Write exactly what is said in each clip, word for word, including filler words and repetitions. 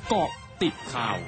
เกาะติดข่าว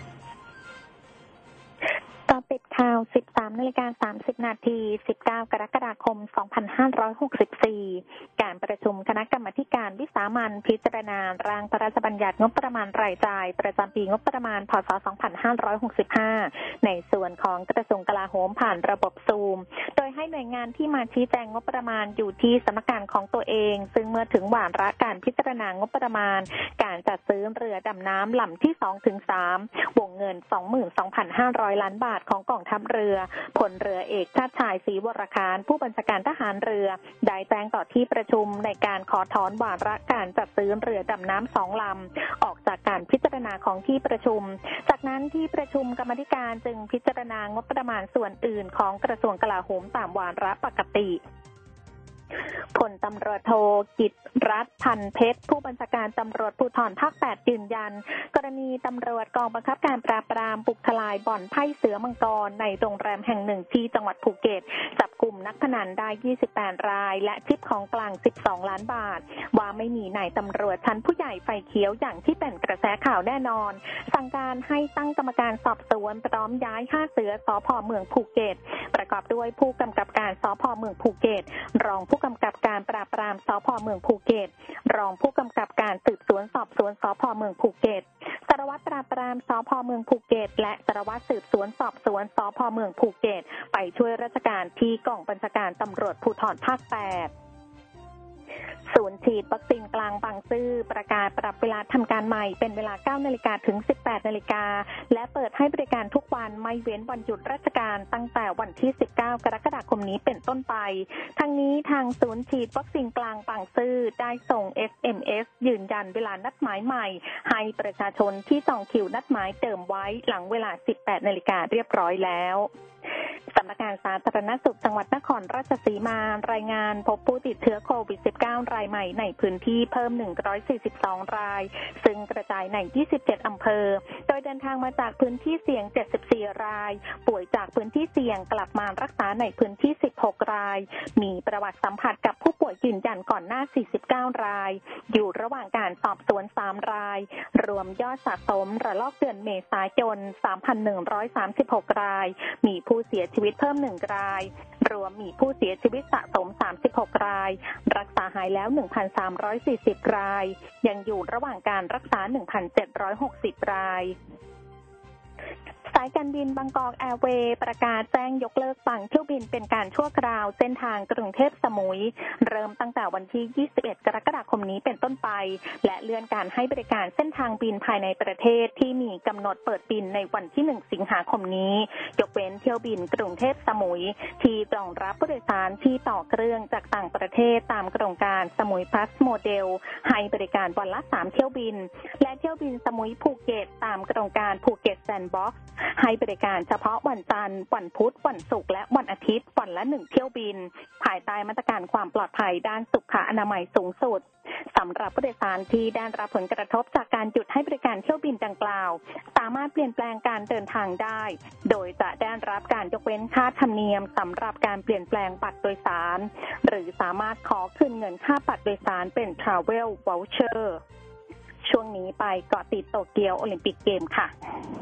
ก็ติดข่าว สิบสามนาฬิกาสามสิบนาที สิบเก้ากรกฎาคม สองพันห้าร้อยหกสิบสี่ การประชุมคณะกรรมาการวิสามัญพิจารณาร่างพระราชบัญญัติงบประมาณรายจ่ายประจำปีงบประมาณพ.ศ. สองพันห้าร้อยหกสิบห้า ในส่วนของกระทรวงกลาโหมผ่านระบบซูมโดยให้หน่วยงานที่มาชี้แจงงบประมาณอยู่ที่สำนักงานของตัวเองซึ่งเมื่อถึงวาระการพิจารณางบประมาณการจัดซื้อเรือดำน้ำลำที่ สองถึงสาม วงเงิน สองหมื่นสองพันห้าร้อย ล้านบาทของกองทัพเรือพลเรือเอกชาติชายศรีวรคารผู้บัญชาการทหารเรือได้แจ้งต่อที่ประชุมในการขอถอนวาระการจัดซื้อเรือดำน้ำสองลำออกจากการพิจารณาของที่ประชุมจากนั้นที่ประชุมกรรมาธิการจึงพิจารณางบประมาณส่วนอื่นของกระทรวงกลาโหมตามวาระปกติพลตำรวจโทกิตติรัตน์พันเพชรผู้บัญชาการตำรวจภูธรภาคแปดยืนยันกรณีตำรวจกองบังคับการปราบปรามบุกทลายบ่อนไพ่เสือมังกรในโรงแรมแห่งหนึ่งที่จังหวัดภูเก็ตจับกลุ่มนักพนันได้ยี่สิบแปดรายและชิปของกลางสิบสองล้านบาทว่าไม่มีนายตำรวจชั้นผู้ใหญ่ไฟเขียวอย่างที่เป็นกระแสข่าวแน่นอนสั่งการให้ตั้งกรรมการสอบสวนพร้อมย้ายห้าเสือสภ.เมืองภูเก็ตประกอบด้วยผู้กำกับการสภ.เมืองภูเก็ตรองผู้กำกับการปราบปรามสภ.เมืองภูเก็ตรองผู้กำกับการสืบสวนสอบสวนสภ.เมืองภูเก็ตสารวัตรปราบปรามสภ.เมืองภูเก็ตและสารวัตรสืบสวนสอบสวนสภ.เมืองภูเก็ตไปช่วยราชการที่กองบัญชาการตำรวจภูธรภาคแปดศูนย์ฉีดวัคซีนกลางบางซื่อประกาศปรับเวลาทำการใหม่เป็นเวลา เก้านาฬิกา ถึง สิบแปดนาฬิกาและเปิดให้บริการทุกวันไม่เว้นวันหยุดราชการตั้งแต่วันที่ สิบเก้ากรกฎาคมนี้เป็นต้นไปทั้งนี้ทางศูนย์ฉีดวัคซีนกลางบางซื่อได้ส่ง เอส เอ็ม เอส ยืนยันเวลานัดหมายใหม่ให้ประชาชนที่จองคิวนัดหมายเติมไว้หลังเวลา สิบแปดนาฬิกาเรียบร้อยแล้วสำนักงานสาธารณสุขจังหวัดนครราชสีมารายงานพบผู้ติดเชื้อโควิด สิบเก้า รายใหม่ในพื้นที่เพิ่มหนึ่งร้อยสี่สิบสองรายซึ่งกระจายในยี่สิบเจ็ดอำเภอโดยเดินทางมาจากพื้นที่เสี่ยงเจ็ดสิบสี่รายป่วยจากพื้นที่เสี่ยงกลับมารักษาในพื้นที่สิบหกรายมีประวัติสัมผัสกับผู้ป่วยยืนยันก่อนหน้าสี่สิบเก้ารายอยู่ระหว่างการสอบสวนสามรายรวมยอดสะสมระลอกเดือนเมษายน สามพันหนึ่งร้อยสามสิบหกรายมีผู้เสียชีวิตเพิ่มหนึ่งรายรวมมีผู้เสียชีวิตสะสมสามสิบหกรายรักษาหายแล้ว หนึ่งพันสามร้อยสี่สิบรายยังอยู่ระหว่างการรักษา หนึ่งพันเจ็ดร้อยหกสิบรายสายการบินบางกอกแอร์เวย์ประกาศแจ้งยกเลิกบางเที่ยวบินเป็นการชั่วคราวเส้นทางกรุงเทพสมุยเริ่มตั้งแต่วันที่ยี่สิบเอ็ดกรกฎาคมนี้เป็นต้นไปและเลื่อนการให้บริการเส้นทางบินภายในประเทศที่มีกำหนดเปิดบินในวันที่หนึ่งสิงหาคมนี้ยกเว้นเที่ยวบินกรุงเทพสมุยที่รองรับผู้โดยสารที่ต่อเครื่องจากต่างประเทศตามโครงการสมุยพลัสโมเดลให้บริการวันละสามเที่ยวบินและเที่ยวบินสมุยภูเก็ตตามโครงการภูเก็ตแซนด์บ็อกซ์ให้บริการเฉพาะวันจันทร์วันพุธวันศุกร์และวันอาทิตย์วันละหนึ่งเที่ยวบินภายใต้มาตรการความปลอดภัยด้านสุขอนามัยสูงสุดสำหรับผู้โดยสารที่ได้รับผลกระทบจากการหยุดให้บริการเที่ยวบินดังกล่าวสามารถเปลี่ยนแปลงการเดินทางได้โดยจะได้รับการยกเว้นค่าธรรมเนียมสำหรับการเปลี่ยนแปลงบัตรโดยสารหรือสามารถขอคืนเงินค่าบัตรโดยสารเป็น Travel Voucher ช่วงนี้ไปเกาะติดโตเกียวโอลิมปิกเกมค่ะ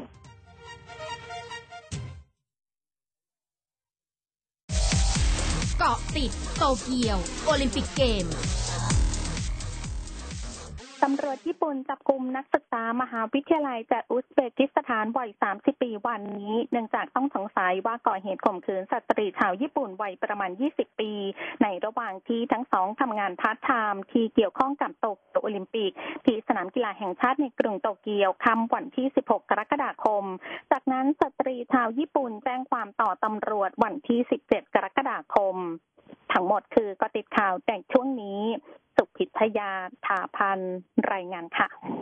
เกาะติดโตเกียวโอลิมปิกเกมตำรวจญี่ปุ่นจับกุมนักศึกษามหาวิทยาลัยจากอุซเบกิสถานวัยสามสิบปีวันนี้เนื่องจากต้องสงสัยว่าก่อเหตุข่มขืนสตรีชาวญี่ปุ่นวัยประมาณยี่สิบปีในระหว่างที่ทั้งสองทำงานพาร์ทไทม์ที่เกี่ยวข้องกับโตเกียวโอลิมปิกที่สนามกีฬาแห่งชาติในกรุงโตเกียวค่ำวันที่สิบหกกรกฎาคมจากนั้นสตรีชาวญี่ปุ่นแจ้งความต่อตำรวจวันที่สิบเจ็ดกรกฎาคมทั้งหมดคือก็ติดข่าวแต่ช่วงนี้สุพิทยา ถาพันรายงานค่ะ